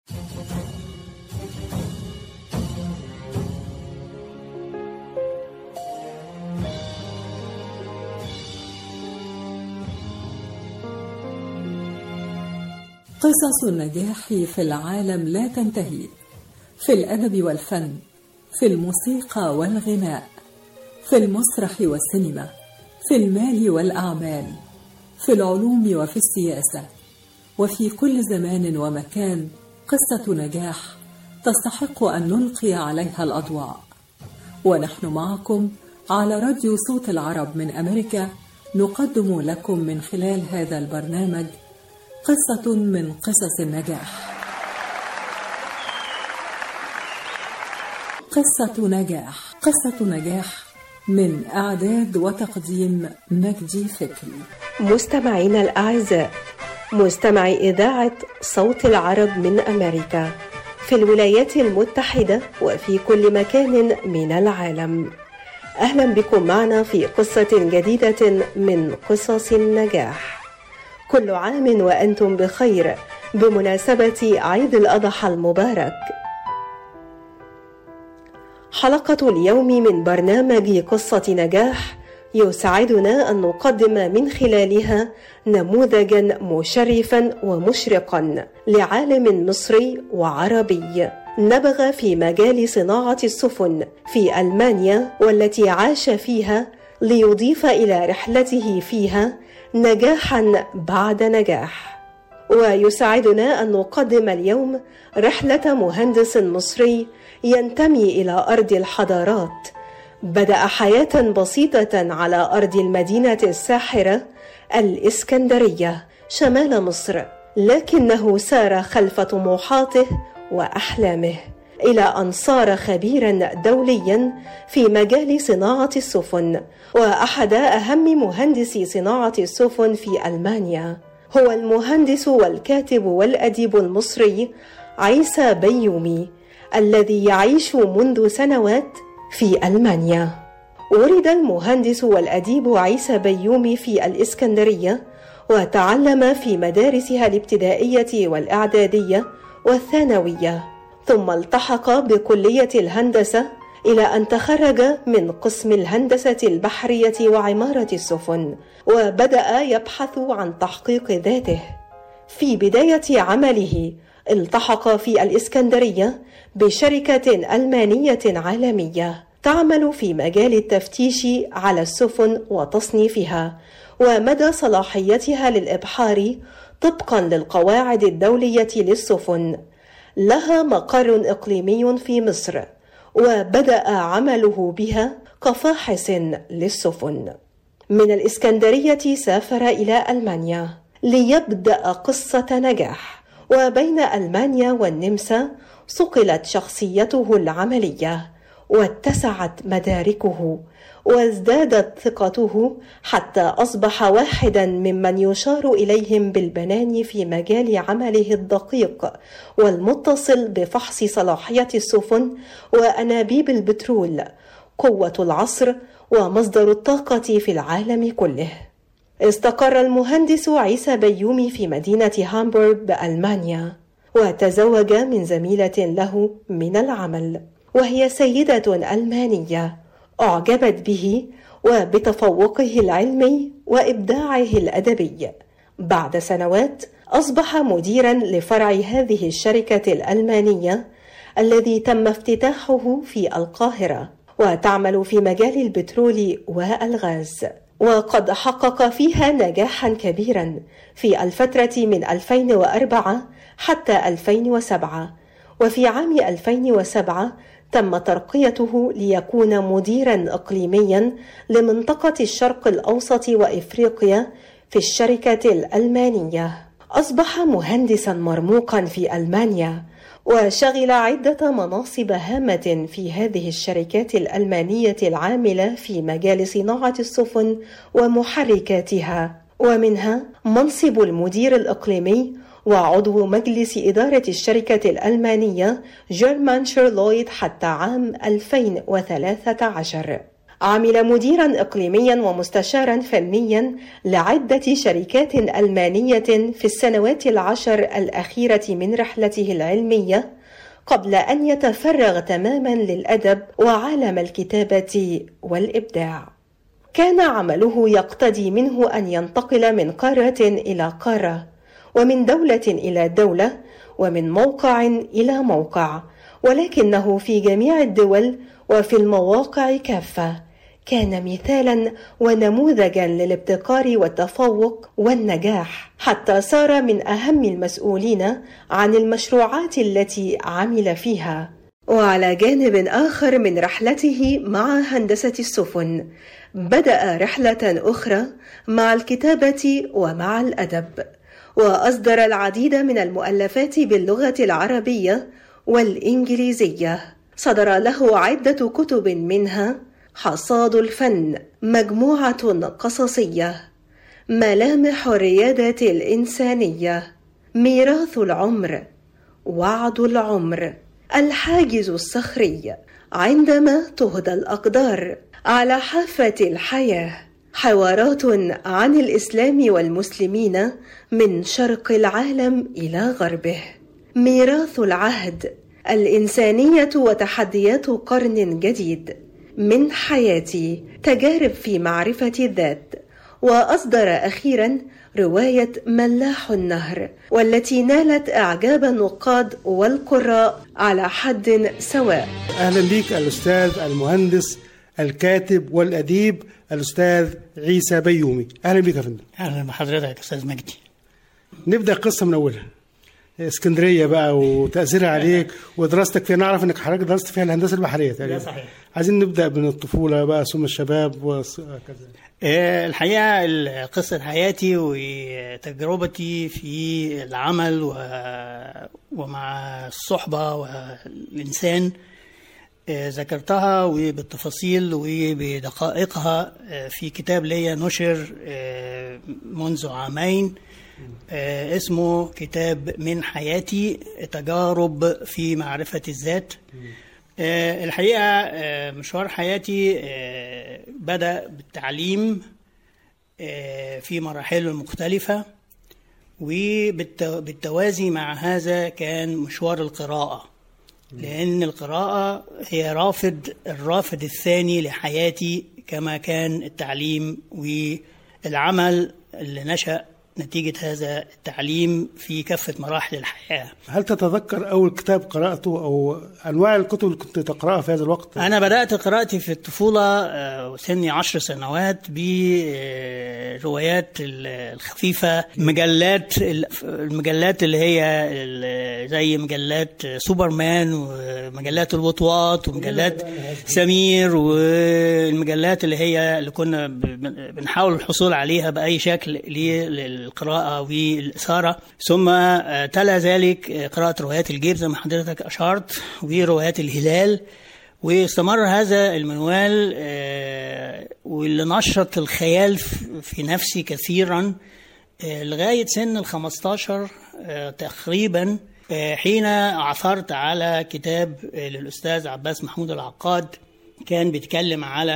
قصص النجاح في العالم لا تنتهي، في الأدب والفن، في الموسيقى والغناء، في المسرح والسينما، في المال والأعمال، في العلوم وفي السياسة، وفي كل زمان ومكان قصة نجاح تستحق أن نلقي عليها الأضواء. ونحن معكم على راديو صوت العرب من أمريكا نقدم لكم من خلال هذا البرنامج قصة من قصص النجاح. قصة نجاح، قصة نجاح من إعداد وتقديم مجدي فكري. مستمعينا الأعزاء، مستمعي إذاعة صوت العرب من أمريكا في الولايات المتحدة وفي كل مكان من العالم، أهلا بكم معنا في قصة جديدة من قصص النجاح. كل عام وأنتم بخير بمناسبة عيد الأضحى المبارك. حلقة اليوم من برنامج قصة نجاح يسعدنا أن نقدم من خلالها نموذجا مشرفا ومشرقا لعالم مصري وعربي نبغ في مجال صناعة السفن في ألمانيا، والتي عاش فيها ليضيف إلى رحلته فيها نجاحا بعد نجاح. ويسعدنا أن نقدم اليوم رحلة مهندس مصري ينتمي إلى أرض الحضارات، بدأ حياة بسيطة على أرض المدينة الساحرة الإسكندرية شمال مصر، لكنه سار خلف طموحاته وأحلامه إلى أن صار خبيرا دوليا في مجال صناعة السفن، وأحد أهم مهندسي صناعة السفن في ألمانيا هو المهندس والكاتب والأديب المصري عيسى بيومي، الذي يعيش منذ سنوات في ألمانيا. ولد المهندس والأديب عيسى بيومي في الإسكندرية، وتعلم في مدارسها الابتدائية والإعدادية والثانوية، ثم التحق بكلية الهندسة إلى أن تخرج من قسم الهندسة البحرية وعمارة السفن، وبدأ يبحث عن تحقيق ذاته. في بداية عمله التحق في الإسكندرية بشركة ألمانية عالمية تعمل في مجال التفتيش على السفن وتصنيفها ومدى صلاحيتها للإبحار طبقا للقواعد الدولية للسفن. لها مقر إقليمي في مصر، وبدأ عمله بها كفاحص للسفن. من الإسكندرية سافر إلى ألمانيا ليبدأ قصة نجاح، وبين ألمانيا والنمسا صقلت شخصيته العملية واتسعت مداركه وازدادت ثقته، حتى أصبح واحدا ممن يشار إليهم بالبنان في مجال عمله الدقيق والمتصل بفحص صلاحية السفن وأنابيب البترول، قوة العصر ومصدر الطاقة في العالم كله. استقر المهندس عيسى بيومي في مدينة هامبورغ بألمانيا، وتزوج من زميلة له من العمل، وهي سيدة ألمانية أعجبت به وبتفوقه العلمي وإبداعه الأدبي. بعد سنوات أصبح مديرا لفرع هذه الشركة الألمانية الذي تم افتتاحه في القاهرة، وتعمل في مجال البترول والغاز، وقد حقق فيها نجاحا كبيرا في الفترة من 2004 حتى 2007. وفي عام 2007 تم ترقيته ليكون مديرا إقليميا لمنطقة الشرق الأوسط وإفريقيا في الشركة الألمانية. أصبح مهندسا مرموقا في ألمانيا، وشغل عدة مناصب هامة في هذه الشركات الألمانية العاملة في مجال صناعة السفن ومحركاتها، ومنها منصب المدير الإقليمي وعضو مجلس إدارة الشركة الألمانية جيرمان شيرلويد حتى عام 2013. عمل مديرا إقليميا ومستشارا فنيا لعدة شركات ألمانية في السنوات 10 الأخيرة من رحلته العلمية، قبل أن يتفرغ تماما للأدب وعالم الكتابة والإبداع. كان عمله يقتضي منه أن ينتقل من قارة إلى قارة، ومن دولة إلى دولة، ومن موقع إلى موقع، ولكنه في جميع الدول وفي المواقع كافة كان مثالا ونموذجا للابتكار والتفوق والنجاح، حتى صار من أهم المسؤولين عن المشروعات التي عمل فيها. وعلى جانب آخر من رحلته مع هندسة السفن، بدأ رحلة أخرى مع الكتابة ومع الأدب، وأصدر العديد من المؤلفات باللغة العربية والإنجليزية. صدر له عدة كتب، منها حصاد الفن، مجموعة قصصية، ملامح الريادة الإنسانية، ميراث العمر، وعد العمر، الحاجز الصخري، عندما تهدى الأقدار، على حافة الحياة، حوارات عن الإسلام والمسلمين من شرق العالم إلى غربه، ميراث العهد، الإنسانية وتحديات قرن جديد، من حياتي، تجارب في معرفة الذات. وأصدر أخيرا رواية ملاح النهر، والتي نالت إعجاب النقاد والقراء على حد سواء. أهلا بك الأستاذ المهندس الكاتب والأديب الأستاذ عيسى بيومي. أهلا بك يا فندم. أهلا بحضرتك أستاذ مجدي. نبدأ القصة من أولها، اسكندرية بقى وتأثيرها عليك ودراستك فيها. نعرف أنك حضرتك درست فيها الهندسة البحرية تقريبا. صحيح. عايزين نبدأ من الطفولة بقى ثم الشباب وكذا. الحقيقة قصة حياتي وتجربتي في العمل ومع الصحبة والإنسان ذكرتها وبالتفاصيل وبدقائقها في كتاب لي نشر منذ عامين اسمه كتاب من حياتي، تجارب في معرفة الذات. الحقيقة مشوار حياتي بدأ بالتعليم في مراحله المختلفة، وبالتوازي مع هذا كان مشوار القراءة، لأن القراءة هي الرافد الثاني لحياتي، كما كان التعليم والعمل اللي نشأ نتيجة هذا التعليم في كافة مراحل الحياة. هل تتذكر أول كتاب قرأته أو أنواع الكتب اللي كنت تقرأها في هذا الوقت؟ أنا بدأت قراءتي في الطفولة وسني 10 سنوات بروايات الخفيفة، المجلات اللي هي زي مجلات سوبرمان ومجلات الوطواط ومجلات سمير، والمجلات اللي كنا بنحاول الحصول عليها بأي شكل للقراءة والإثارة. ثم تلا ذلك قراءة روايات الجيب زي ما حضرتك أشارت، وروايات الهلال، واستمر هذا المنوال واللي نشط الخيال في نفسي كثيرا لغاية سن 15 تقريبا، حين عثرت على كتاب للأستاذ عباس محمود العقاد، كان بيتكلم على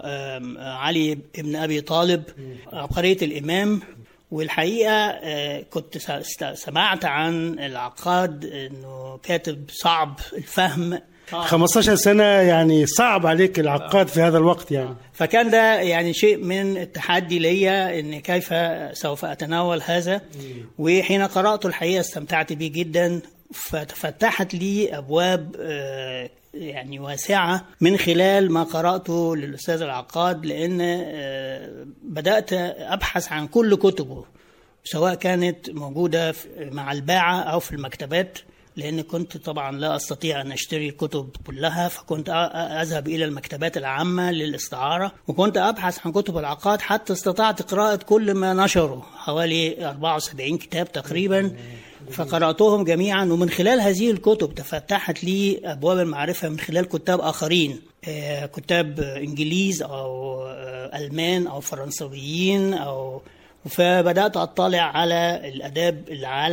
علي بن أبي طالب عبقرية الإمام. والحقيقة كنت سمعت عن العقاد أنه كاتب صعب الفهم. 15 سنة يعني صعب عليك العقاد في هذا الوقت يعني. فكان ده يعني شيء من التحدي ليا أن كيف سوف أتناول هذا. وحين قرأته الحقيقة استمتعت به جدا، فتفتحت لي أبواب يعني واسعة من خلال ما قرأته للأستاذ العقاد، لأن بدأت أبحث عن كل كتبه، سواء كانت موجودة مع الباعة أو في المكتبات، لأن كنت طبعا لا أستطيع أن أشتري الكتب كلها، فكنت أذهب إلى المكتبات العامة للاستعارة، وكنت أبحث عن كتب العقاد حتى استطعت قراءة كل ما نشره، حوالي 74 كتاب تقريبا، فقرأتهم جميعا. ومن خلال هذه الكتب تفتحت لي أبواب المعرفة من خلال كتاب آخرين، كتاب إنجليز أو ألمان أو فرنسويين فبدأت أطلع على الأداب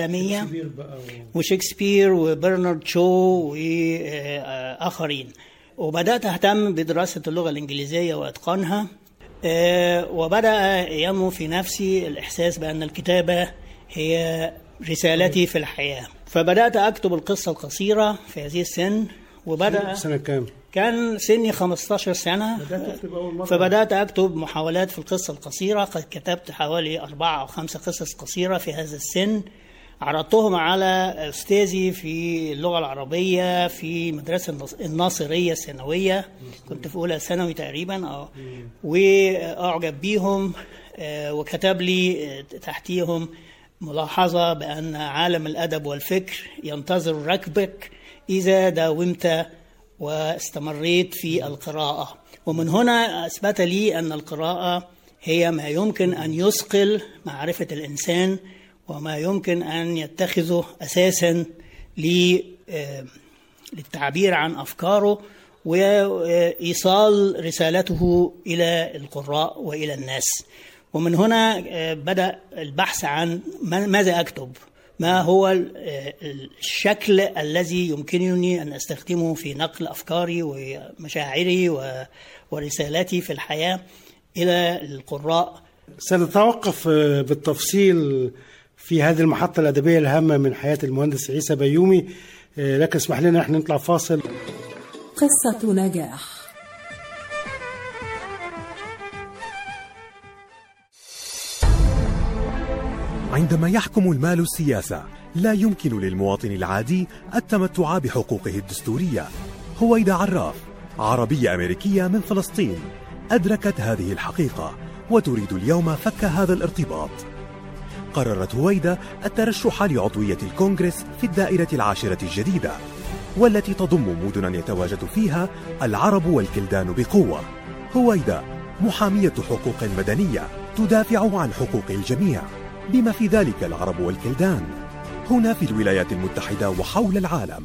العالمية وشكسبير وبرنارد شو وآخرين. وبدأت أهتم بدراسة اللغة الإنجليزية وإتقانها. وبدأ ينمو في نفسي الإحساس بأن الكتابة هي رسالتي في الحياة. فبدأت أكتب القصة القصيرة في هذه السن. وبدأ سنة كام؟ كان سني 15 سنة. فبدأت أكتب محاولات في القصة القصيرة. قد كتبت حوالي 4 أو 5 قصص قصيرة في هذا السن، عرضتهم على أستاذي في اللغة العربية في مدرسة الناصرية الثانوية، كنت في أولى ثانوي تقريبا، وأعجب بيهم، وكتب لي تحتيهم ملاحظة بأن عالم الأدب والفكر ينتظر ركبك إذا داومت واستمريت في القراءة. ومن هنا أثبت لي أن القراءة هي ما يمكن أن يثقل معرفة الإنسان، وما يمكن أن يتخذه أساسا للتعبير عن أفكاره وإيصال رسالته إلى القراء وإلى الناس. ومن هنا بدأ البحث عن ماذا أكتب، ما هو الشكل الذي يمكنني أن أستخدمه في نقل أفكاري ومشاعري ورسالتي في الحياة إلى القراء. سنتوقف بالتفصيل في هذه المحطة الأدبية الهامة من حياة المهندس عيسى بيومي، لكن اسمح لنا نحن نطلع فاصل. قصة نجاح. عندما يحكم المال السياسة، لا يمكن للمواطن العادي التمتع بحقوقه الدستورية. هويدا عراف، عربية أمريكية من فلسطين، أدركت هذه الحقيقة وتريد اليوم فك هذا الارتباط. قررت هويدا الترشح لعضوية الكونغرس في الدائرة العاشرة الجديدة، والتي تضم مدنا يتواجد فيها العرب والكلدان بقوة. هويدا محامية حقوق مدنية تدافع عن حقوق الجميع، بما في ذلك العرب والكلدان، هنا في الولايات المتحدة وحول العالم.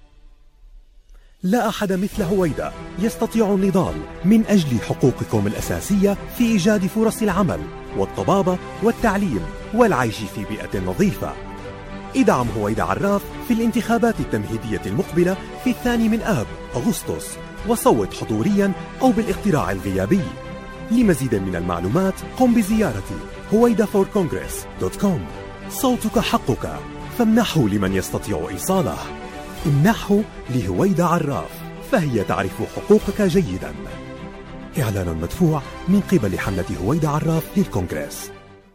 لا أحد مثل هويدا يستطيع النضال من أجل حقوقكم الأساسية في إيجاد فرص العمل والطبابة والتعليم والعيش في بيئة نظيفة. ادعم هويدا عراف في الانتخابات التمهيدية المقبلة في 2 أغسطس، وصوت حضوريا أو بالاقتراع الغيابي. لمزيد من المعلومات قم بزيارة hoidaforcongress.com. صوتك حقك، فامنحه لمن يستطيع إيصاله. امنحه لهويدا عراف، فهي تعرف حقوقك جيدا. إعلان مدفوع من قبل حملة هويدا عراف للكونغرس.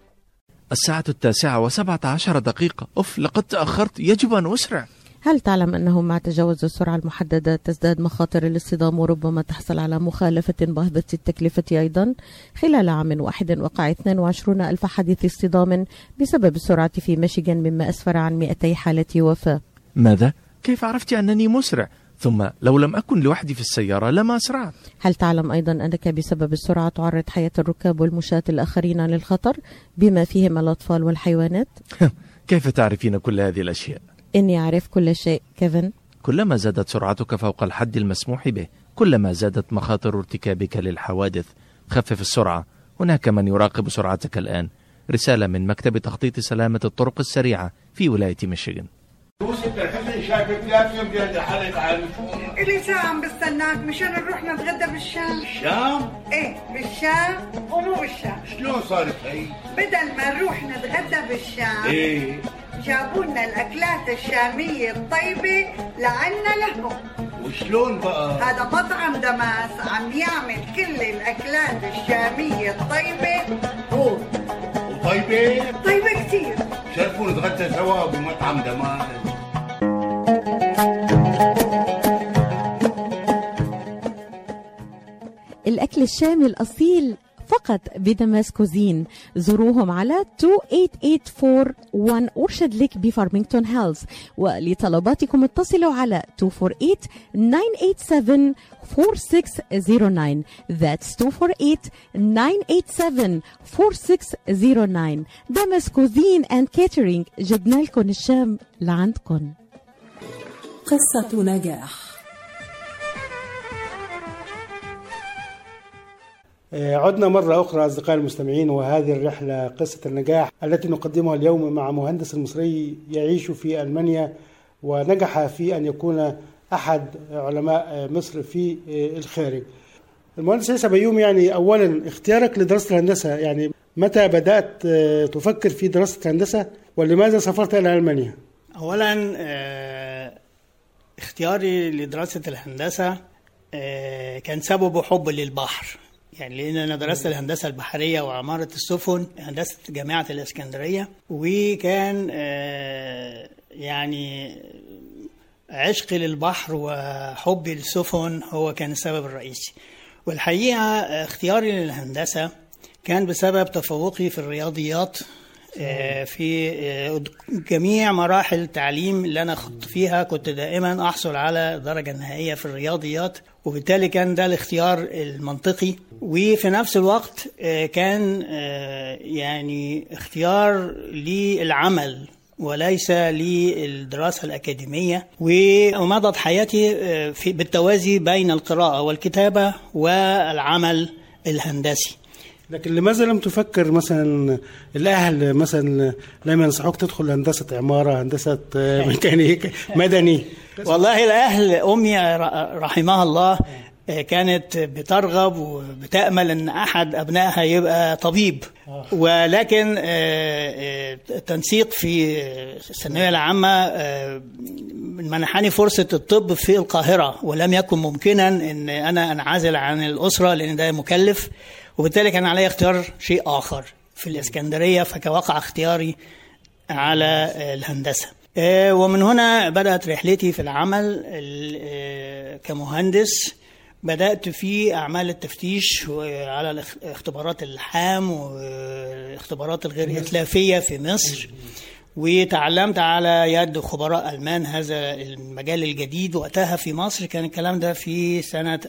9:17 أوف، لقد تأخرت، يجب أن أسرع. هل تعلم أنه مع تجاوز السرعة المحددة تزداد مخاطر الاصطدام، وربما تحصل على مخالفة باهظة التكلفة أيضا؟ خلال عام واحد وقع 22,000 حادث اصطدام بسبب السرعة في ميشيغان، مما أسفر عن 200 حالة وفاة. ماذا؟ كيف عرفت أنني مسرع؟ ثم لو لم أكن لوحدي في السيارة لما أسرعت. هل تعلم أيضا أنك بسبب السرعة تعرض حياة الركاب والمشاة الآخرين للخطر، بما فيهم الأطفال والحيوانات؟ كيف تعرفين كل هذه الأشياء؟ إني أعرف كل شيء كيفن. كلما زادت سرعتك فوق الحد المسموح به، كلما زادت مخاطر ارتكابك للحوادث. خفف السرعة، هناك من يراقب سرعتك الآن. رسالة من مكتب تخطيط سلامة الطرق السريعة في ولاية ميشيغان. إلي ساعة عم بستناك مشان نروح نتغدى بالشام. بالشام؟ ايه بالشام ومو بالشام. شلون صارت هي؟ بدل ما نروح نتغدى بالشام ايه جابوا لنا الأكلات الشامية الطيبة لعنا لهم. وشلون بقى؟ هذا مطعم دماس عم يعمل كل الأكلات الشامية الطيبة هو. وطيبة؟ طيبة كتير. شرفوا نتغدى سوا بمطعم دماس. الأكل الشامي الأصيل فقط بدماس كوزين. زوروهم على 28841 أورشاد ليك بفارمينغتون هيلز، ولطلباتكم اتصلوا على 248-987-4609. That's 248-987-4609. دماس كوزين and catering، جبنا لكم الشام لعندكم. قصة نجاح. عدنا مرة أخرى أصدقائي المستمعين، وهذه الرحلة قصة النجاح التي نقدمها اليوم مع مهندس مصري يعيش في ألمانيا، ونجح في أن يكون أحد علماء مصر في الخارج. المهندس عيسى بيومي، يعني أولا اختيارك لدراسة الهندسة، يعني متى بدأت تفكر في دراسة الهندسة ولماذا سافرت إلى ألمانيا؟ أولا اختياري لدراسة الهندسة كان سببه حب للبحر، يعني لأن أنا درست الهندسة البحرية وعمارة السفن، هندسة جامعة الإسكندرية، وكان يعني عشقي للبحر وحبي للسفن هو كان السبب الرئيسي. والحقيقة اختياري للهندسة كان بسبب تفوقي في الرياضيات في جميع مراحل التعليم اللي أنا خضت فيها، كنت دائما أحصل على الدرجة النهائية في الرياضيات، وبالتالي كان ده الاختيار المنطقي. وفي نفس الوقت كان يعني اختيار للعمل وليس للدراسة الأكاديمية، ومضت حياتي بالتوازي بين القراءة والكتابة والعمل الهندسي. لكن لماذا لم تفكر مثلا الأهل مثلا لما ينصحوك تدخل هندسة عمارة، هندسة ميكانيك، مدني؟ والله الأهل، أمي رحمها الله كانت بترغب وبتأمل أن أحد أبنائها يبقى طبيب، ولكن التنسيق في الثانوية العامة منحني فرصة الطب في القاهرة، ولم يكن ممكنا أن أنا أنعزل عن الأسرة لأن ده مكلف، وبالتالي كان علي اختيار شيء آخر في الإسكندرية، فكوقع اختياري على الهندسة. ومن هنا بدأت رحلتي في العمل كمهندس. بدأت في أعمال التفتيش على اختبارات اللحام واختبارات الغير إتلافية في مصر، وتعلمت على يد خبراء ألمان هذا المجال الجديد وقتها في مصر. كان الكلام ده في سنة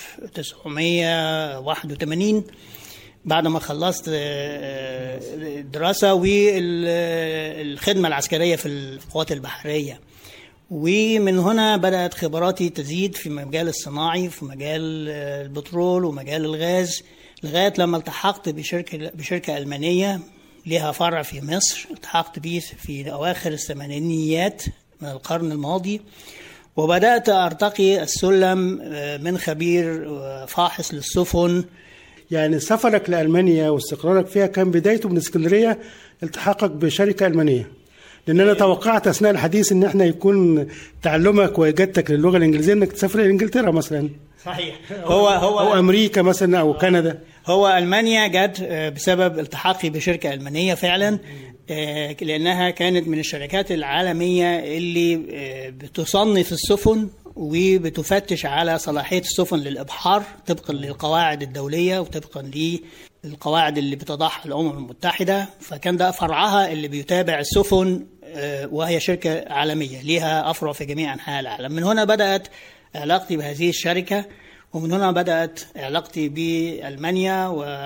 1981 بعد ما خلصت الدراسة والخدمة العسكرية في القوات البحرية. ومن هنا بدأت خبراتي تزيد في مجال الصناعي، في مجال البترول ومجال الغاز، لغاية لما التحقت بشركة ألمانية لها فرع في مصر. التحقت به في أواخر الثمانينيات من القرن الماضي، وبدأت أرتقي السلم من خبير فاحص للسفن. يعني سفرك لألمانيا واستقرارك فيها كان بدايته من اسكندرية، التحاقك بشركة ألمانية، لأن أنا توقعت أثناء الحديث إن إحنا يكون تعلمك وإجادتك للغة الإنجليزية إنك تسافر إلى إنجلترا مثلا. صحيح. أو أمريكا مثلا أو كندا. هو ألمانيا جت بسبب التحاقي بشركة ألمانية فعلا، لأنها كانت من الشركات العالمية اللي بتصنف السفن وبتفتش على صلاحية السفن للإبحار طبقا للقواعد الدولية وطبقا للقواعد اللي بتضعها الأمم المتحدة. فكان ده فرعها اللي بيتابع السفن، وهي شركة عالمية لها أفرع في جميع أنحاء العالم. من هنا بدأت علاقتي بهذه الشركة، ومن هنا بدأت علاقتي بألمانيا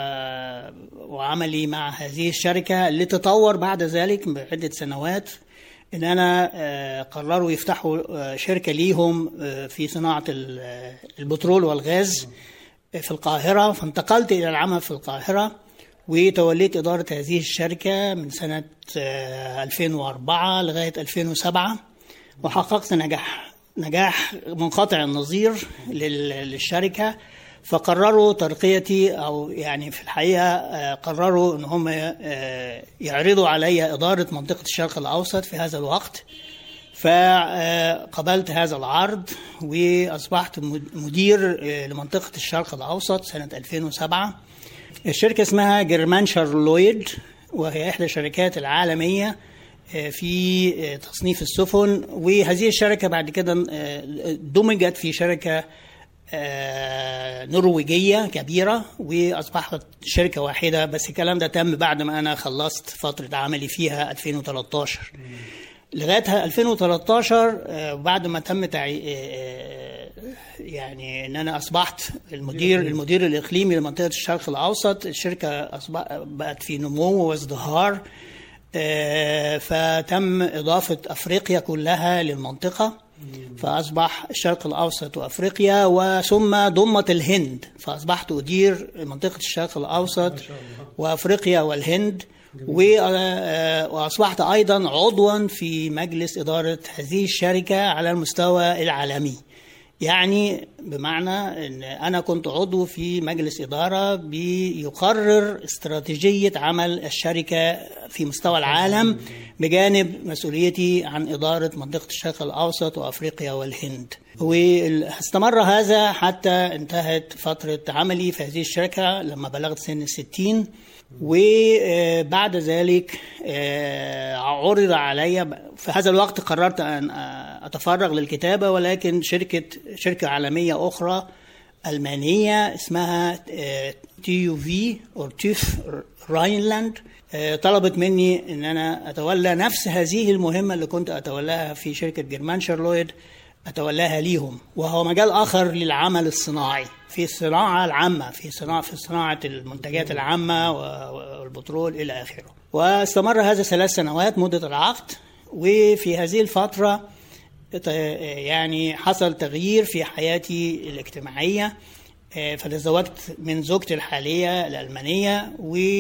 وعملي مع هذه الشركة اللي تطور بعد ذلك بعدة سنوات. إن أنا قرروا يفتحوا شركة ليهم في صناعة البترول والغاز في القاهرة، فانتقلت إلى العمل في القاهرة وتوليت إدارة هذه الشركة من سنة 2004 لغاية 2007، وحققت نجاح منقطع النظير للشركة. فقرروا ترقيتي، أو يعني في الحقيقة قرروا أن هم يعرضوا علي إدارة منطقة الشرق الأوسط في هذا الوقت، فقبلت هذا العرض وأصبحت مدير لمنطقة الشرق الأوسط سنة 2007. الشركة اسمها جيرمان شارلويد، وهي إحدى الشركات العالمية في تصنيف السفن، وهذه الشركة بعد كده دمجت في شركة نرويجية كبيرة وأصبحت شركة واحدة. بس الكلام ده تم بعد ما أنا خلصت فترة عملي فيها 2013. لغاية 2013 بعد ما تم يعني أن أنا أصبحت المدير الإقليمي لمنطقة الشرق الأوسط، الشركة بقت في نمو وازدهار، فتم إضافة أفريقيا كلها للمنطقة، فأصبح الشرق الأوسط وأفريقيا، وثم ضمت الهند، فأصبحت أدير منطقة الشرق الأوسط وأفريقيا والهند. وأصبحت أيضا عضوا في مجلس إدارة هذه الشركة على المستوى العالمي. يعني بمعنى أن أنا كنت عضو في مجلس إدارة بيقرر استراتيجية عمل الشركة في مستوى العالم، بجانب مسؤوليتي عن إدارة منطقة الشرق الأوسط وأفريقيا والهند. واستمر هذا حتى انتهت فترة عملي في هذه الشركة لما بلغت سن 60. وبعد ذلك عرض علي في هذا الوقت، قررت أن أتفرغ للكتابة، ولكن شركة عالمية أخرى ألمانية اسمها TÜV أو TÜV راينلاند طلبت مني أن أنا أتولى نفس هذه المهمة اللي كنت أتولاها في شركة جيرمانشر لويد، أتولاها ليهم، وهو مجال آخر للعمل الصناعي في الصناعة العامة، في صناعة المنتجات العامة والبترول إلى آخره. واستمر هذا 3 سنوات مدة العقد. وفي هذه الفترة يعني حصل تغيير في حياتي الاجتماعية، فتزوجت من زوجتي الحالية الألمانية،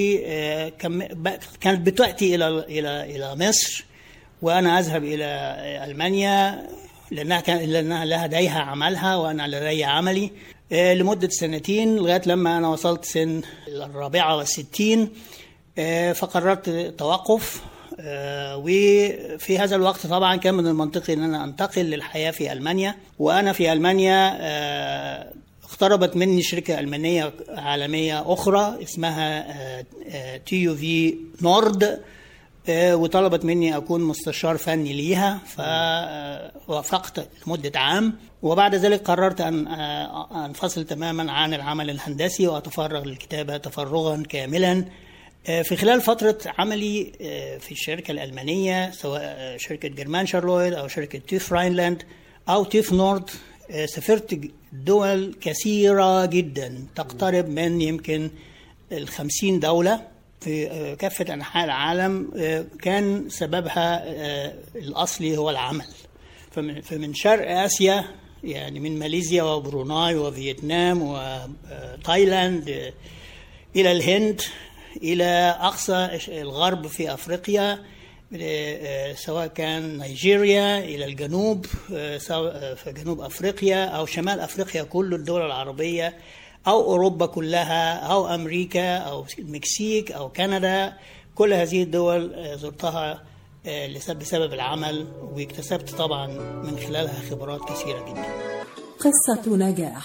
وكانت بتأتي إلى مصر وأنا أذهب إلى ألمانيا لأنها لديها عملها وأنا لدي عملي، لمدة 2 لغاية لما أنا وصلت سن 64 فقررت توقف. وفي هذا الوقت طبعا كان من المنطقي أن أنا أنتقل للحياة في ألمانيا. وأنا في ألمانيا اقتربت مني شركة ألمانية عالمية أخرى اسمها TÜV نورد، وطلبت مني أكون مستشار فني ليها، فوافقت لمدة عام. وبعد ذلك قررت أن أنفصل تماما عن العمل الهندسي وأتفرغ للكتابة تفرغا كاملا. في خلال فترة عملي في الشركة الألمانية، سواء شركة جيرمانشر لويد أو شركة TÜV راينلاند أو TÜV نورد، سافرت دول كثيرة جدا تقترب من يمكن 50 دولة في كافة أنحاء العالم. كان سببها الأصلي هو العمل. فمن شرق آسيا، يعني من ماليزيا وبروناي وفيتنام وتايلاند إلى الهند، إلى أقصى الغرب في أفريقيا، سواء كان نيجيريا إلى الجنوب، سواء في جنوب أفريقيا أو شمال أفريقيا كل الدول العربية، أو أوروبا كلها، أو أمريكا أو المكسيك أو كندا. كل هذه الدول زرتها بسبب العمل، واكتسبت طبعا من خلالها خبرات كثيرة جدا. قصة نجاح.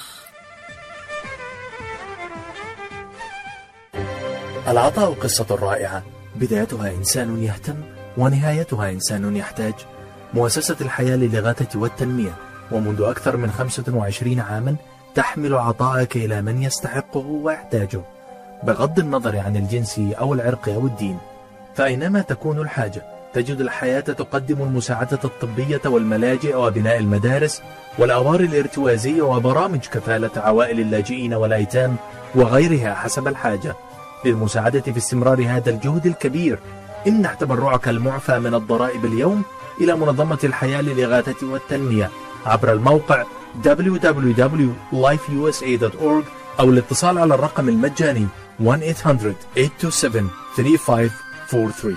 العطاء قصة رائعة، بدايتها إنسان يهتم ونهايتها إنسان يحتاج. مؤسسة الحياة للإغاثة والتنمية، ومنذ أكثر من 25 عاما تحمل عطاءك إلى من يستحقه ويحتاجه، بغض النظر عن الجنس أو العرق أو الدين. فأينما تكون الحاجة تجد الحياة تقدم المساعدة الطبية والملاجئ وبناء المدارس والأوار الارتوازية وبرامج كفالة عوائل اللاجئين والأيتام وغيرها حسب الحاجة. للمساعدة في استمرار هذا الجهد الكبير، امنح تبرعك المعفى من الضرائب اليوم إلى منظمة الحياة للإغاثة والتنمية عبر الموقع www.lifeusa.org أو الاتصال على الرقم المجاني 1-800-827-3543.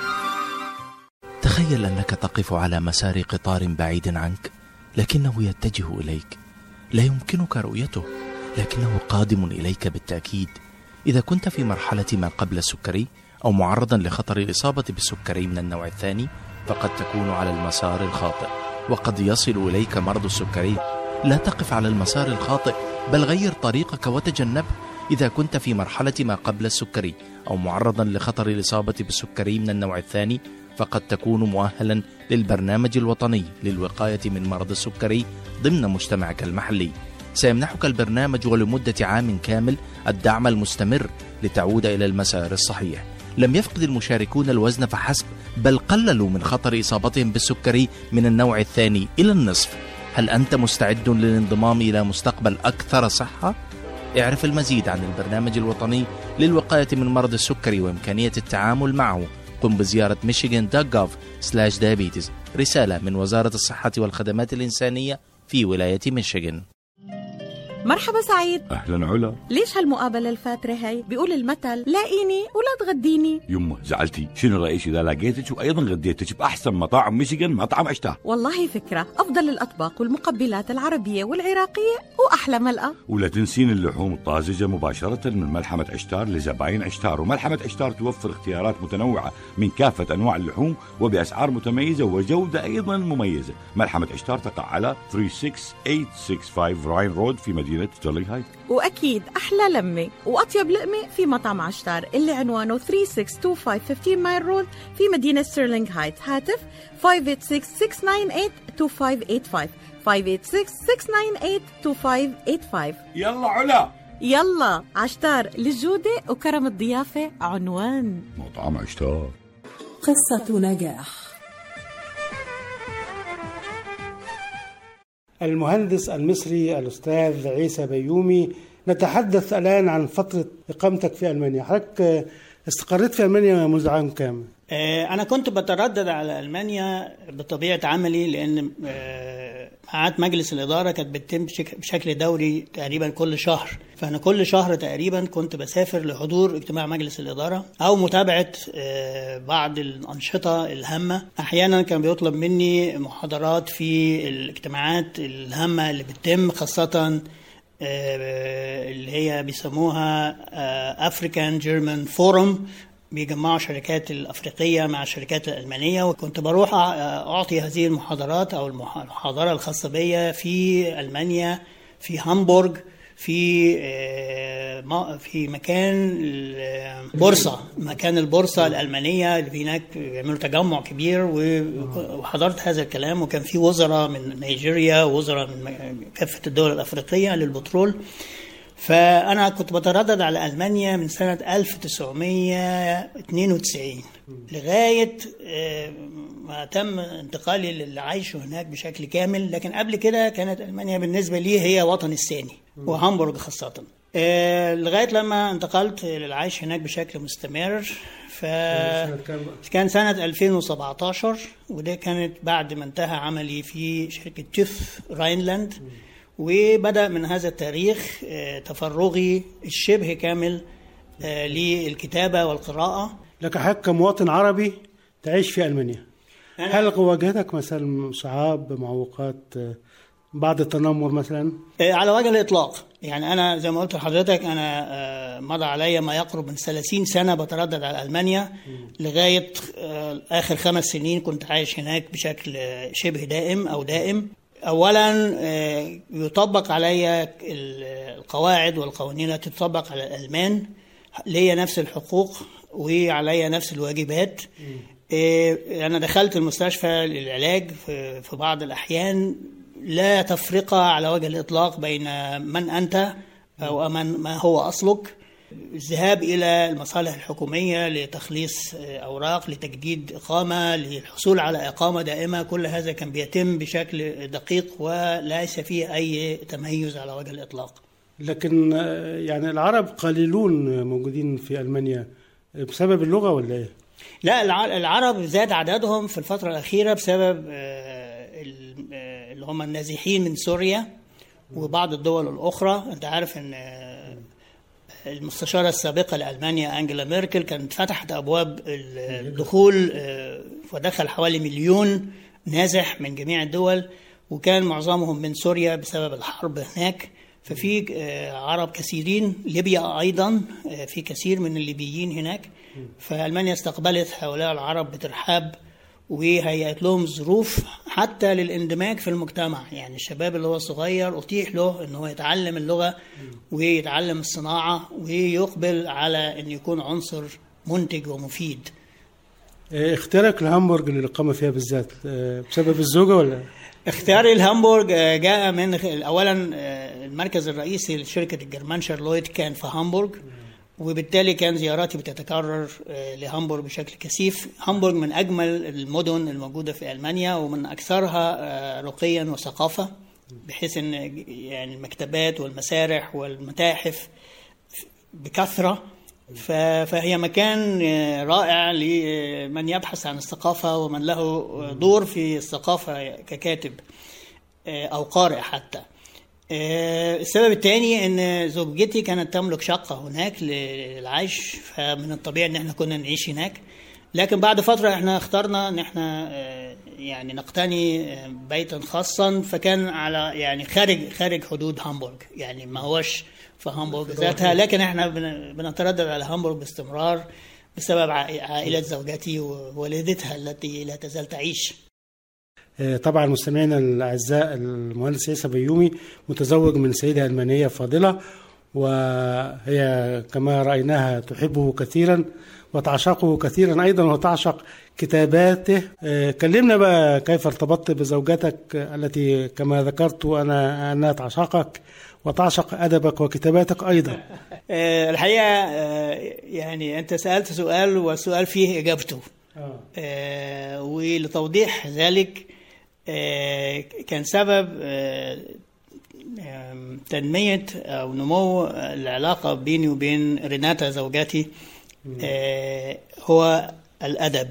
تخيل أنك تقف على مسار قطار بعيد عنك، لكنه يتجه إليك، لا يمكنك رؤيته لكنه قادم إليك بالتأكيد. إذا كنت في مرحلة ما قبل السكري أو معرضا لخطر الإصابة بالسكري من النوع الثاني، فقد تكون على المسار الخاطئ، وقد يصل إليك مرض السكري. لا تقف على المسار الخاطئ، بل غير طريقك وتجنبه. إذا كنت في مرحلة ما قبل السكري أو معرضا لخطر الإصابة بالسكري من النوع الثاني، فقد تكون مؤهلا للبرنامج الوطني للوقاية من مرض السكري ضمن مجتمعك المحلي. سيمنحك البرنامج ولمدة عام كامل الدعم المستمر لتعود إلى المسار الصحيح. لم يفقد المشاركون الوزن فحسب، بل قللوا من خطر إصابتهم بالسكري من النوع الثاني إلى النصف. هل أنت مستعد للانضمام إلى مستقبل أكثر صحة؟ اعرف المزيد عن البرنامج الوطني للوقاية من مرض السكري وإمكانية التعامل معه. قم بزيارة michigan.gov/diabetes. رسالة من وزارة الصحة والخدمات الإنسانية في ولاية ميشيغان. مرحبا سعيد. أهلا علا. ليش هالمقابلة الفاترة هاي؟ بيقول المثل لاقيني ولا تغديني. يمه زعلتي، شنو رأيك إذا لقيتك وأيضا غديتك بأحسن مطاعم ميشيغان، مطعم عشتار؟ والله فكرة، أفضل الأطباق والمقبلات العربية والعراقية وأحلى ملقا. ولا تنسين اللحوم الطازجة مباشرة من ملحمة عشتار لزباين عشتار. وملحمة عشتار توفر اختيارات متنوعة من كافة أنواع اللحوم وبأسعار متميزة وجودة أيضا مميزة. ملحمة عشتار تقع على 36865 راين رود في مدينة ستيرلينغ هايت. وأكيد أحلى لمة وأطيب لقمة في مطعم عشتار اللي عنوانه 3625 15 مايل رود في مدينة ستيرلينغ هايت. هاتف 586-698-2585 586-698-2585. يلا علا يلا. عشتار للجودة وكرم الضيافة عنوان مطعم عشتار. قصة نجاح. المهندس المصري الأستاذ عيسى بيومي، نتحدث الآن عن فترة إقامتك في ألمانيا. حضرتك استقريت في ألمانيا منذ عام كام؟ أنا كنت بتردد على ألمانيا بطبيعة عملي، لأن قعدت مجلس الإدارة كانت بتتم بشكل دوري تقريبا كل شهر، فأنا كل شهر تقريبا كنت بسافر لحضور اجتماع مجلس الإدارة أو متابعة بعض الأنشطة الهامة. أحيانا كان بيطلب مني محاضرات في الاجتماعات الهامة اللي بتتم، خاصة اللي هي بيسموها African German Forum، بيجمعوا الشركات الأفريقية مع الشركات الألمانية. وكنت بروح أعطي هذه المحاضرات أو المحاضرة الخاصة بي في ألمانيا، في هامبورغ، في مكان البورصة، مكان البورصة الألمانية اللي هناك بيعملوا تجمع كبير، وحضرت هذا الكلام. وكان في وزراء من نيجيريا ووزراء من كافة الدول الأفريقية للبترول. فأنا كنت بتردد على ألمانيا من سنة 1992 لغاية ما تم انتقالي للعيش هناك بشكل كامل. لكن قبل كده كانت ألمانيا بالنسبة لي هي وطني الثاني، وهامبورغ خاصة، لغاية لما انتقلت للعيش هناك بشكل مستمر. فكان سنة 2017، وده كانت بعد ما انتهى عملي في شركة تيف راينلاند. وبدأ من هذا التاريخ تفرغي الشبه كامل للكتابة والقراءة. لك حق كمواطن عربي تعيش في ألمانيا، هل واجهتك مثلا صعاب، معوقات، بعض التنمر مثلا؟ على وجه الإطلاق. يعني أنا زي ما قلت لحضرتك، أنا مضى علي ما يقرب من 30 سنة بتردد على ألمانيا، لغاية آخر 5 سنين كنت عايش هناك بشكل شبه دائم أو دائم. أولا يطبق علي القواعد والقوانين التي تطبق على الألمان، لي نفس الحقوق وعلي نفس الواجبات. أنا دخلت المستشفى للعلاج في بعض الأحيان لا تفرقة على وجه الإطلاق بين من أنت أو ما هو أصلك. الذهاب إلى المصالح الحكومية لتخليص أوراق، لتجديد إقامة، للحصول على إقامة دائمة، كل هذا كان بيتم بشكل دقيق وليس فيه أي تميز على وجه الإطلاق. لكن يعني العرب قليلون موجودين في ألمانيا بسبب اللغة ولا إيه؟ لا، العرب زاد عددهم في الفترة الأخيرة بسبب اللي هم النازحين من سوريا وبعض الدول الأخرى. أنت عارف أن المستشارة السابقة لألمانيا أنجيلا ميركل كانت فتحت أبواب الدخول، ودخل حوالي 1 مليون نازح من جميع الدول، وكان معظمهم من سوريا بسبب الحرب هناك. ففي عرب كثيرين، ليبيا أيضا في كثير من الليبيين هناك. فألمانيا استقبلت هؤلاء العرب بترحاب، وهيئت لهم ظروف حتى للاندماج في المجتمع. يعني الشباب اللي هو صغير أتيح له أنه يتعلم اللغة ويتعلم الصناعة ويقبل على أن يكون عنصر منتج ومفيد. اختيارك لهامبورغ للإقامة فيها بالذات بسبب الزوجة ولا؟ اختياري لهامبورغ جاء من أولا المركز الرئيسي لشركة الجرمانشر لويد كان في هامبورغ، وبالتالي كان زياراتي بتتكرر لهامبورغ بشكل كثيف. هامبورغ من أجمل المدن الموجودة في ألمانيا ومن أكثرها رقيا وثقافة، بحيث أن يعني المكتبات والمسارح والمتاحف بكثرة. فهي مكان رائع لمن يبحث عن الثقافة ومن له دور في الثقافة ككاتب أو قارئ حتى. السبب الثاني ان زوجتي كانت تملك شقة هناك للعيش، فمن الطبيعي ان احنا كنا نعيش هناك. لكن بعد فترة احنا اخترنا ان احنا يعني نقتني بيتا خاصا، فكان على يعني خارج حدود هامبورغ، يعني ما هوش في هامبورغ ذاتها، لكن احنا بنتردد على هامبورغ باستمرار بسبب عائلة زوجتي ووالدتها التي لا تزال تعيش. طبعا مستمعينا الاعزاء، المهندس عيسى بيومي متزوج من سيدة ألمانية فاضلة، وهي كما رأيناها تحبه كثيرا وتعشقه كثيرا أيضا وتعشق كتاباته. كلمنا بقى كيف ارتبطت بزوجتك التي كما ذكرت أنها تعشقك وتعشق أدبك وكتاباتك أيضا. الحقيقة يعني أنت سألت سؤال والسؤال فيه إجابته. ولتوضيح ذلك كان سبب تنمية أو نمو العلاقة بيني وبين ريناتا زوجاتي هو الأدب.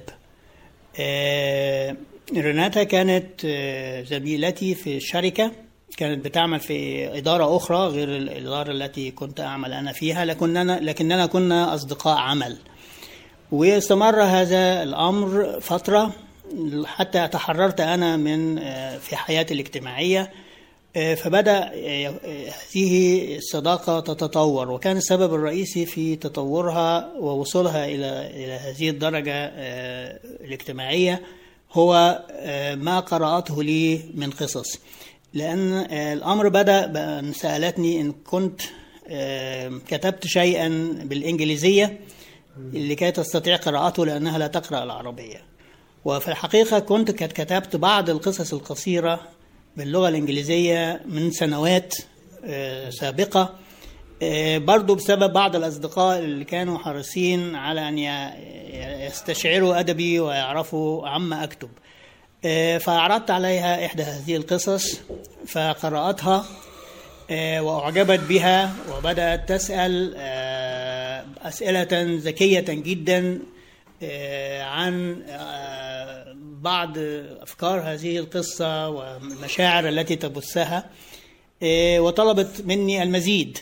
ريناتا كانت زميلتي في الشركة، كانت بتعمل في إدارة أخرى غير الإدارة التي كنت أعمل أنا فيها، لكننا كنا أصدقاء عمل. واستمر هذا الأمر فترة حتى تحررت أنا من في حياتي الاجتماعية، فبدأ هذه الصداقة تتطور، وكان السبب الرئيسي في تطورها ووصولها إلى هذه الدرجة الاجتماعية هو ما قرأته لي من قصص. لأن الأمر بدأ بأن سألتني إن كنت كتبت شيئا بالإنجليزية لكي تستطيع قراءته لأنها لا تقرأ العربية. وفي الحقيقة كنت كتبت بعض القصص القصيرة باللغة الإنجليزية من سنوات سابقة، برضو بسبب بعض الأصدقاء اللي كانوا حريصين على أن يستشعروا أدبي ويعرفوا عما أكتب. فأعرضت عليها إحدى هذه القصص فقرأتها وأعجبت بها، وبدأت تسأل أسئلة ذكية جدا عن بعض أفكار هذه القصة والمشاعر التي تبثها، وطلبت مني المزيد.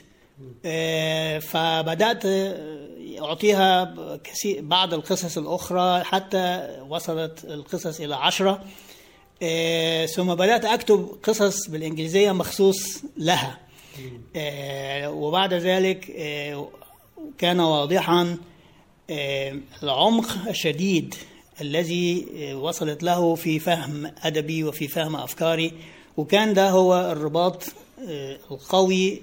فبدأت أعطيها بعض القصص الأخرى حتى وصلت القصص إلى 10. ثم بدأت أكتب قصص بالإنجليزية مخصوص لها. وبعد ذلك كان واضحا العمق الشديد الذي وصلت له في فهم أدبي وفي فهم أفكاري، وكان ده هو الرباط القوي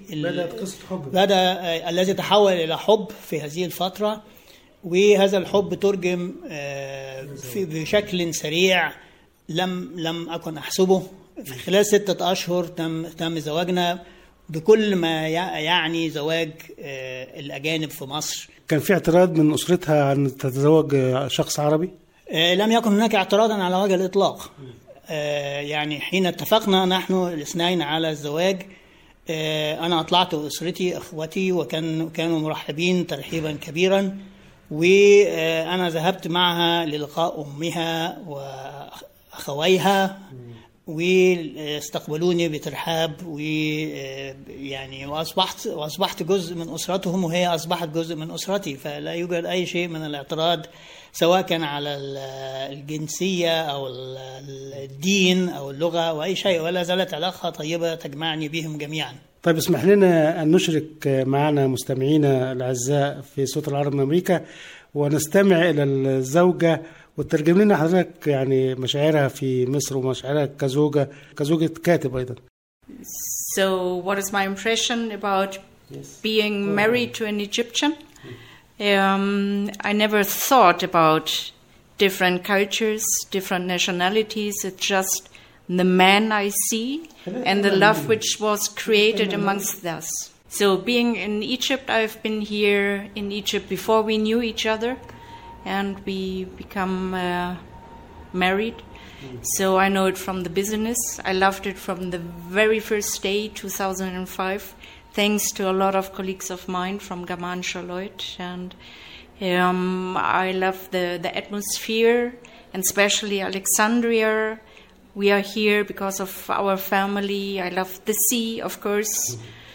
الذي تحول إلى حب في هذه الفترة. وهذا الحب ترجم بشكل سريع لم أكن أحسبه. في خلال 6 أشهر تم زواجنا بكل ما يعني زواج الأجانب في مصر. كان في اعتراض من أسرتها أن تتزوج شخص عربي؟ لم يكن هناك اعتراضا على وجه الإطلاق. يعني حين اتفقنا نحن الاثنين على الزواج، أنا أطلعت أسرتي أخوتي وكانوا مرحبين ترحيبا كبيرا، وأنا ذهبت معها للقاء أمها وأخويها واستقبلوني بترحاب، ويعني وأصبحت جزء من أسرتهم وهي أصبحت جزء من أسرتي. فلا يوجد أي شيء من الاعتراض سواء كان على الجنسية أو الدين أو اللغة أو أي شيء، ولا زالت علاقة طيبة تجمعني بهم جميعا. طيب اسمح لنا أن نشرك معنا مستمعينا الأعزاء في صوت العرب من أمريكا ونستمع إلى الزوجة وترجم لنا حضرتك يعني مشاعرها في مصر ومشاعرها كزوجة كاتب أيضا. So what is my impression about being married to an Egyptian? I never thought about different cultures, different nationalities. It's just the man I see and the love which was created amongst us. So being in Egypt, I've been here in Egypt before we knew each other, and we become married. So I know it from the business. I loved it from the very first day, 2005, thanks to a lot of colleagues of mine from Gaman Charlotte. And I love the atmosphere, and especially Alexandria, we are here because of our family. I love the sea, of course.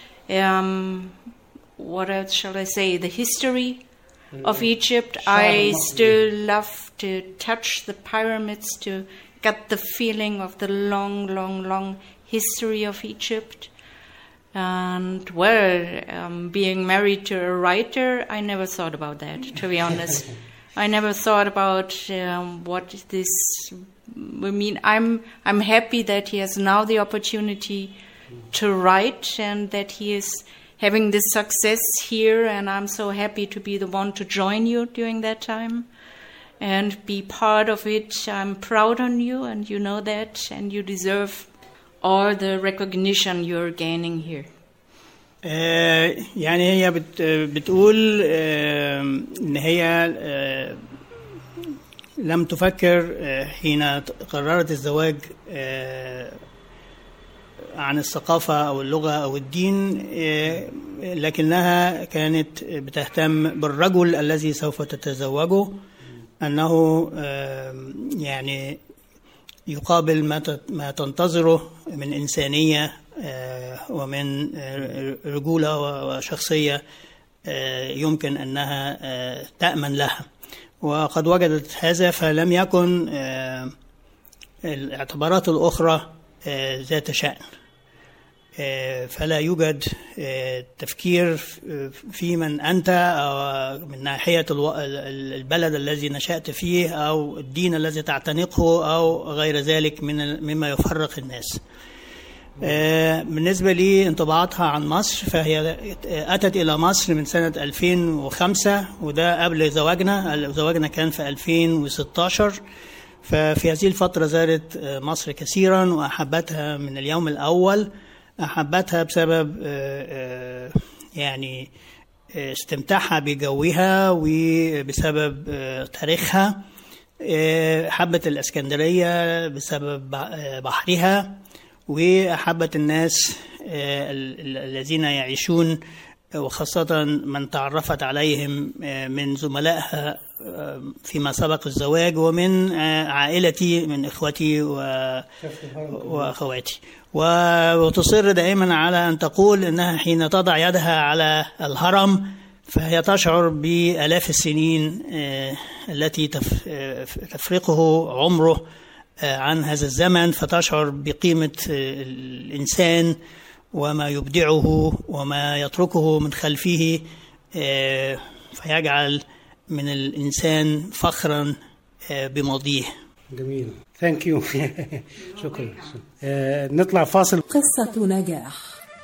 What else shall I say? The history of Egypt. I still love to touch the pyramids, to get the feeling of the long, long, long history of Egypt. And, being married to a writer, I never thought about that, to be honest. I never thought about what this will mean. I'm happy that he has now the opportunity to write and that he is having this success here, and I'm so happy to be the one to join you during that time and be part of it. I'm proud on you, and you know that, and you deserve all the recognition you're gaining here. يعني هي بتقول إن هي لم تفكر حين قررت الزواج عن الثقافة أو اللغة أو الدين، لكنها كانت بتهتم بالرجل الذي سوف تتزوجه، أنه يعني يقابل ما تنتظره من إنسانية ومن رجولة وشخصية يمكن أنها تأمن لها. وقد وجدت هذا، فلم يكن الاعتبارات الأخرى ذات شأن. فلا يوجد تفكير في من أنت أو من ناحية البلد الذي نشأت فيه أو الدين الذي تعتنقه أو غير ذلك مما يفرق الناس. بالنسبة لي انطباعاتها عن مصر، فهي أتت إلى مصر من سنة 2005، وده قبل زواجنا كان في 2016. ففي هذه الفترة زارت مصر كثيرا وأحبتها من اليوم الأول. أحبتها بسبب يعني استمتاعها بجوها وبسبب تاريخها. حبت الإسكندرية بسبب بحرها، وأحبت الناس الذين يعيشون، وخاصة من تعرفت عليهم من زملائها فيما سبق الزواج ومن عائلتي، من إخوتي وأخواتي. وتصر دائما على أن تقول أنها حين تضع يدها على الهرم فهي تشعر بآلاف السنين التي تفرقه عمره عن هذا الزمن، فتشعر بقيمة الإنسان وما يبدعه وما يتركه من خلفه، فيجعل من الإنسان فخرا بماضيه. جميل. ثانك يو. شكرا. نطلع فاصل. قصة نجاح.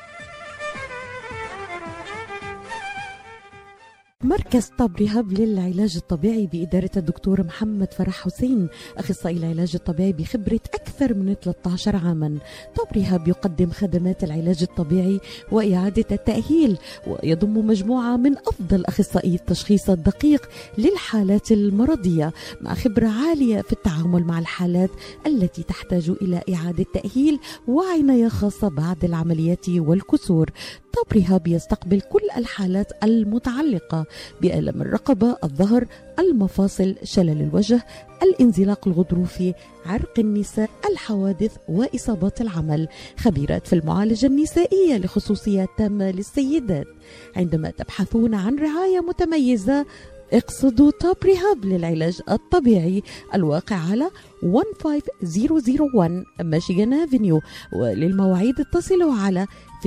مركز طب ريهاب للعلاج الطبيعي بإدارة الدكتور محمد فرح حسين، أخصائي العلاج الطبيعي بخبرة أكثر من 13 عاما. طب ريهاب يقدم خدمات العلاج الطبيعي وإعادة التأهيل، ويضم مجموعة من أفضل أخصائي التشخيص الدقيق للحالات المرضية، مع خبرة عالية في التعامل مع الحالات التي تحتاج إلى إعادة تأهيل وعناية خاصة بعد العمليات والكسور. طب ريهاب يستقبل كل الحالات المتعلقة بألم الرقبة، الظهر، المفاصل، شلل الوجه، الانزلاق الغضروفي، عرق النساء، الحوادث وإصابات العمل. خبيرات في المعالجة النسائية لخصوصيات تامة للسيدات. عندما تبحثون عن رعاية متميزة اقصدوا توب ريهاب للعلاج الطبيعي، الواقع على 15001 ميشيغان افنيو، وللمواعيد اتصلوا على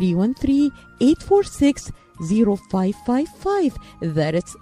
313-846-0555. That's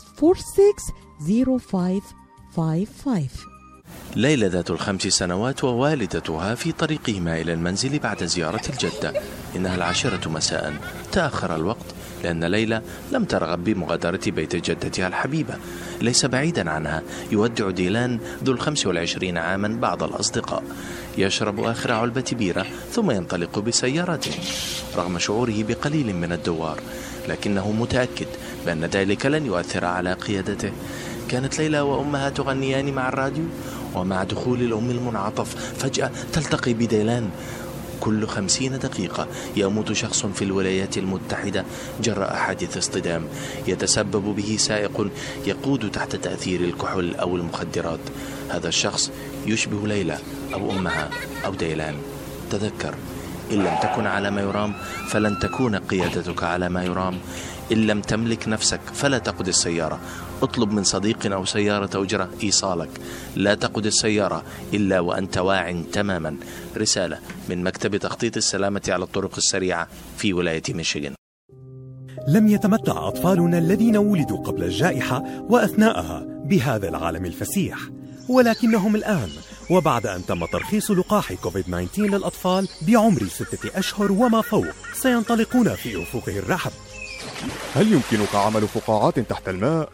846-0555. ليلى ذات ال5 سنوات ووالدتها في طريقهما إلى المنزل بعد زيارة الجدة. إنها 10 مساء. تأخر الوقت لأن ليلى لم ترغب بمغادرة بيت جدتها الحبيبة. ليس بعيدا عنها يودع ديلان ذو 25 عاما بعض الأصدقاء، يشرب آخر علبة بيرة ثم ينطلق بسيارته رغم شعوره بقليل من الدوار، لكنه متأكد بأن ذلك لن يؤثر على قيادته. كانت ليلى وأمها تغنيان مع الراديو، ومع دخول الأم المنعطف فجأة تلتقي بديلان. كل 50 دقيقة يموت شخص في الولايات المتحدة جراء حادث اصطدام يتسبب به سائق يقود تحت تأثير الكحول أو المخدرات. هذا الشخص يشبه ليلى أو أمها أو ديلان. تذكر، إن لم تكن على ما يرام فلن تكون قيادتك على ما يرام. إن لم تملك نفسك فلا تقود السيارة. اطلب من صديق أو سيارة أجرة إيصالك. لا تقود السيارة إلا وأنت واع تماما. رسالة من مكتب تخطيط السلامة على الطرق السريعة في ولاية ميشيغان. لم يتمتع أطفالنا الذين ولدوا قبل الجائحة وأثناءها بهذا العالم الفسيح، ولكنهم الآن وبعد أن تم ترخيص لقاح كوفيد-19 للأطفال بعمر 6 أشهر وما فوق سينطلقون في أفقه الرحب. هل يمكنك عمل فقاعات تحت الماء؟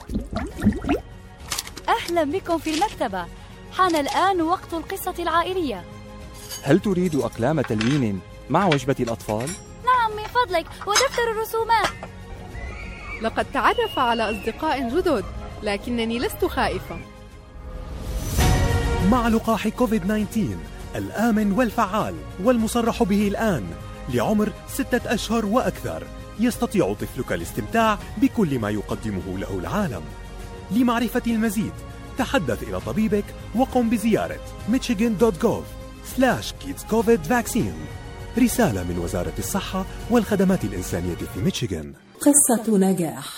أهلا بكم في المكتبة. حان الآن وقت القصة العائلية. هل تريد أقلام تلوين مع وجبة الأطفال؟ نعم من فضلك، ودفتر الرسومات. لقد تعرف على أصدقاء جدد، لكنني لست خائفة. مع لقاح كوفيد-19 الآمن والفعال والمصرح به الآن لعمر 6 أشهر وأكثر، يستطيع طفلك الاستمتاع بكل ما يقدمه له العالم. لمعرفة المزيد تحدث إلى طبيبك وقم بزيارة michigan.gov/kidscovidvaccine. رسالة من وزارة الصحة والخدمات الإنسانية في ميشيغان. قصة نجاح.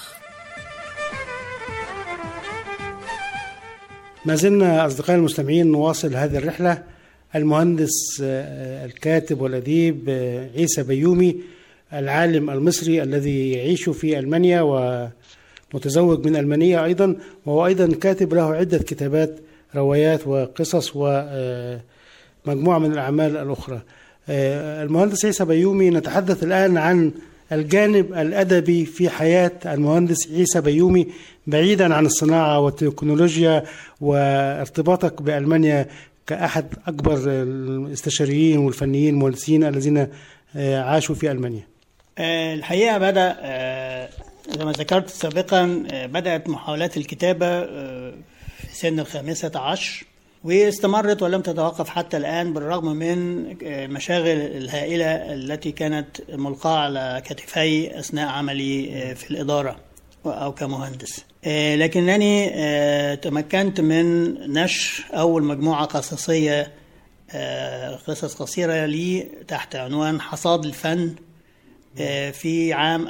ما زلنا أصدقائي المستمعين نواصل هذه الرحلة. المهندس الكاتب والأديب عيسى بيومي، العالم المصري الذي يعيش في ألمانيا ومتزوج من ألمانية أيضا، وهو أيضا كاتب له عدة كتابات، روايات وقصص ومجموعة من الأعمال الأخرى. المهندس عيسى بيومي، نتحدث الآن عن الجانب الأدبي في حياة المهندس عيسى بيومي بعيدا عن الصناعة والتكنولوجيا، وارتباطك بألمانيا كأحد أكبر الاستشاريين والفنيين المهندسين الذين عاشوا في ألمانيا. الحقيقة بدأ زي ما ذكرت سابقا، بدأت محاولات الكتابة في سن 15 واستمرت ولم تتوقف حتى الآن، بالرغم من المشاغل الهائلة التي كانت ملقاة على كتفي أثناء عملي في الإدارة أو كمهندس. لكنني تمكنت من نشر أول مجموعة قصصية، قصص قصيرة لي تحت عنوان حصاد الفن في عام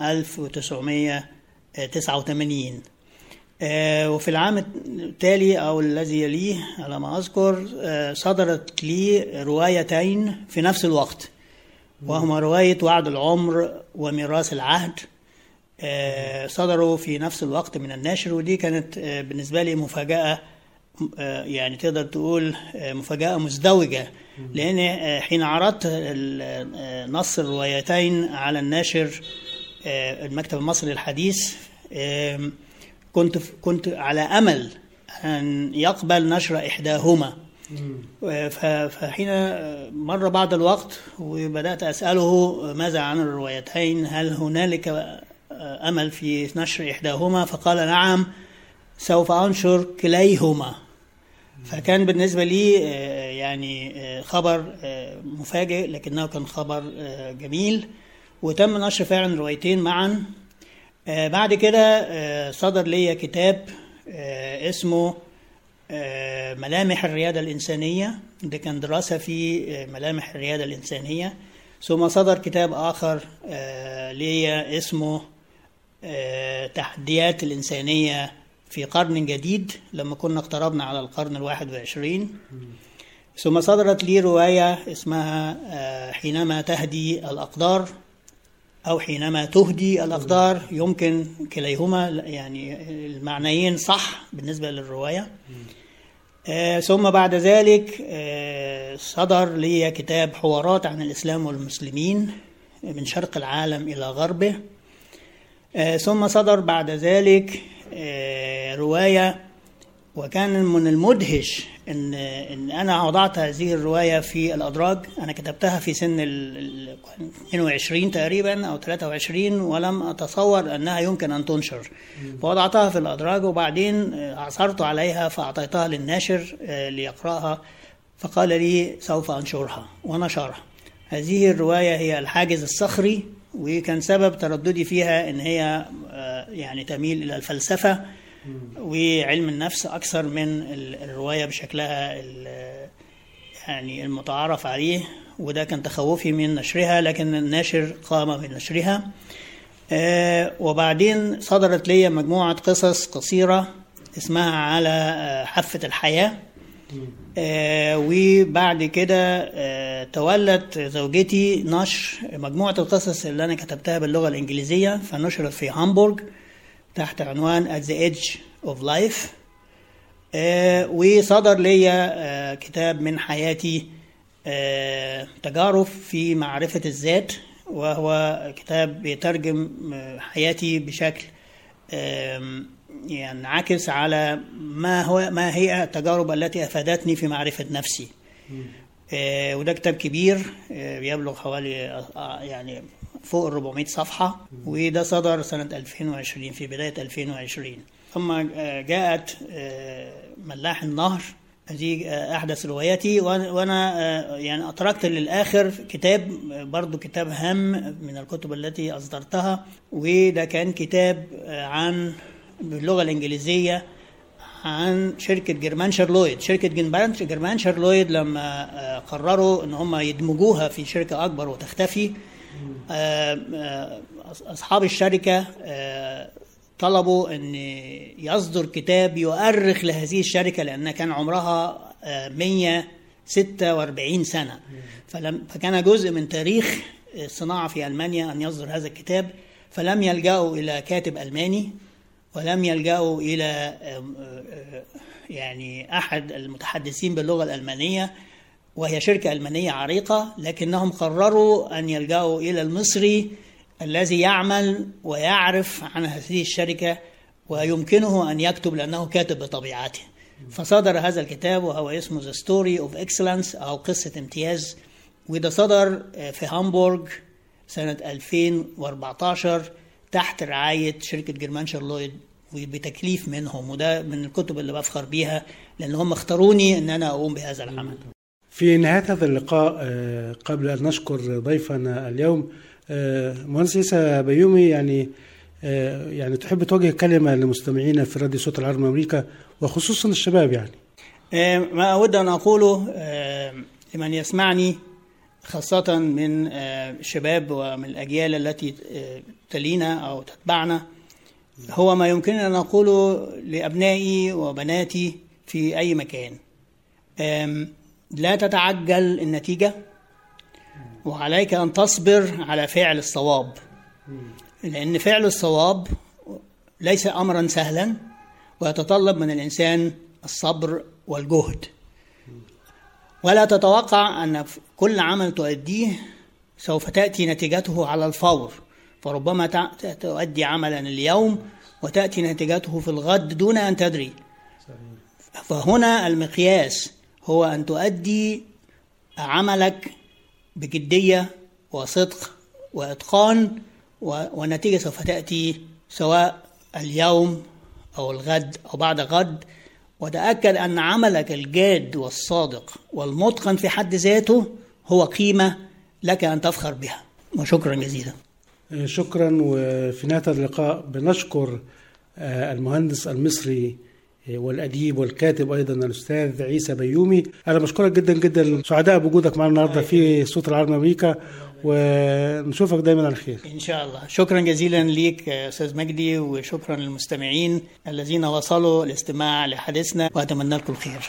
1989. وفي العام التالي أو الذي يليه على ما أذكر صدرت لي روايتين في نفس الوقت، وهما رواية وعد العمر وميراث العهد. صدروا في نفس الوقت من الناشر، ودي كانت بالنسبة لي مفاجأة، يعني تقدر تقول مفاجأة مزدوجة، لأن حين عرضت نص الروايتين على الناشر المكتب المصري الحديث كنت على أمل أن يقبل نشر إحداهما. فحين مر بعض الوقت وبدأت أسأله ماذا عن الروايتين، هل هنالك أمل في نشر إحداهما؟ فقال نعم، سوف أنشر كليهما. فكان بالنسبة لي يعني خبر مفاجئ، لكنه كان خبر جميل، وتم نشر فعلا روايتين معا. بعد كده صدر لي كتاب اسمه ملامح الريادة الإنسانية، ده كان دراسة في ملامح الريادة الإنسانية. ثم صدر كتاب آخر لي اسمه تحديات الإنسانية في قرن جديد، لما كنا اقتربنا على القرن 21. ثم صدرت لي رواية اسمها حينما تهدي الأقدار أو حينما تهدي الأقدار، يمكن كليهما يعني المعنيين صح بالنسبة للرواية. ثم بعد ذلك صدر لي كتاب حوارات عن الإسلام والمسلمين من شرق العالم إلى غربه. ثم صدر بعد ذلك رواية، وكان من المدهش إن أنا وضعت هذه الرواية في الأدراج. أنا كتبتها في سن 22 تقريبا أو 23، ولم أتصور أنها يمكن أن تنشر، فوضعتها في الأدراج، وبعدين عثرت عليها فأعطيتها للناشر ليقرأها، فقال لي سوف أنشرها، ونشرها. هذه الرواية هي الحاجز الصخري، وكان سبب ترددي فيها إن هي يعني تميل إلى الفلسفة وعلم النفس أكثر من الرواية بشكلها يعني المتعارف عليه، وده كان تخوفي من نشرها، لكن الناشر قام بنشرها. وبعدين صدرت لي مجموعة قصص قصيرة اسمها على حافة الحياة. وبعد كده تولت زوجتي نشر مجموعة القصص اللي أنا كتبتها باللغة الإنجليزية، فنشرت في هامبورغ تحت عنوان At the Edge of Life. وصدر لي كتاب من حياتي، تجارب في معرفة الذات، وهو كتاب بيترجم حياتي بشكل ينعكس على ما هي التجارب التي أفادتني في معرفة نفسي. وده كتاب كبير بيبلغ حوالي يعني فوق 400 صفحة، وده صدر سنة 2020 في بداية 2020. ثم جاءت ملاح النهر، هذه أحدث رواياتي، وأنا يعني أتركت للآخر كتاب، برضو كتاب هام من الكتب التي أصدرتها، وده كان كتاب عن باللغة الإنجليزية عن شركة جيرمانشر لويد. شركة جيرمانشر لويد لما قرروا أن هم يدمجوها في شركة أكبر وتختفي، أصحاب الشركة طلبوا أن يصدر كتاب يؤرخ لهذه الشركة، لأنها كان عمرها 146 سنة، فكان جزء من تاريخ الصناعة في ألمانيا أن يصدر هذا الكتاب. فلم يلجأوا إلى كاتب ألماني، ولم يلجأوا إلى يعني أحد المتحدثين باللغة الألمانية، وهي شركة ألمانية عريقة، لكنهم قرروا أن يلجأوا إلى المصري الذي يعمل ويعرف عن هذه الشركة ويمكنه أن يكتب، لأنه كاتب بطبيعته. فصدر هذا الكتاب وهو اسمه The Story of Excellence أو قصة امتياز، وده صدر في هامبورغ سنة 2014 تحت رعاية شركة جيرمانشر لويد وبتكليف منهم، وده من الكتب اللي بفخر بيها لأن هم اختاروني أن أنا أقوم بهذا العمل. في نهاية هذا اللقاء قبل أن نشكر ضيفنا اليوم مهندس عيسى بيومي، يعني تحب توجه كلمة لمستمعينا في راديو صوت العرب من أمريكا وخصوصا الشباب؟ يعني ما أود أن أقوله لمن يسمعني خاصة من الشباب ومن الأجيال التي تلينا أو تتبعنا، هو ما يمكننا أن نقوله لأبنائي وبناتي في أي مكان: لا تتعجل النتيجة، وعليك أن تصبر على فعل الصواب، لأن فعل الصواب ليس أمرا سهلا ويتطلب من الإنسان الصبر والجهد. ولا تتوقع أن كل عمل تؤديه سوف تأتي نتيجته على الفور، فربما تؤدي عملا اليوم وتأتي نتيجته في الغد دون أن تدري. فهنا المقياس هو أن تؤدي عملك بجدية وصدق وإتقان، والنتيجة سوف تأتي سواء اليوم أو الغد أو بعد غد. وتأكد أن عملك الجاد والصادق والمتقن في حد ذاته هو قيمة لك أن تفخر بها. وشكرا جزيلا. شكرا. وفي نهاية اللقاء بنشكر المهندس المصري والأديب والكاتب أيضا الأستاذ عيسى بيومي. أنا بشكرك جدا جدا، سعداء بوجودك معنا النهاردة في صوت العرب أمريكا، ونشوفك دايما على خير إن شاء الله. شكرا جزيلا ليك أستاذ مجدي، وشكرا للمستمعين الذين وصلوا الاستماع لحديثنا، وأتمنى لكم الخير.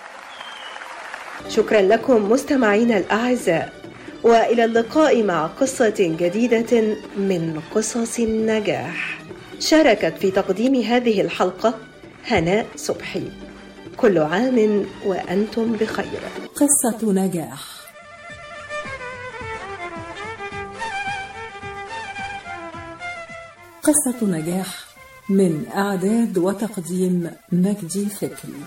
شكرا لكم مستمعينا الأعزاء، وإلى اللقاء مع قصة جديدة من قصص النجاح. شاركت في تقديم هذه الحلقة هناء صبحي. كل عام وأنتم بخير. قصة نجاح. قصة نجاح من إعداد وتقديم مجدي فكري.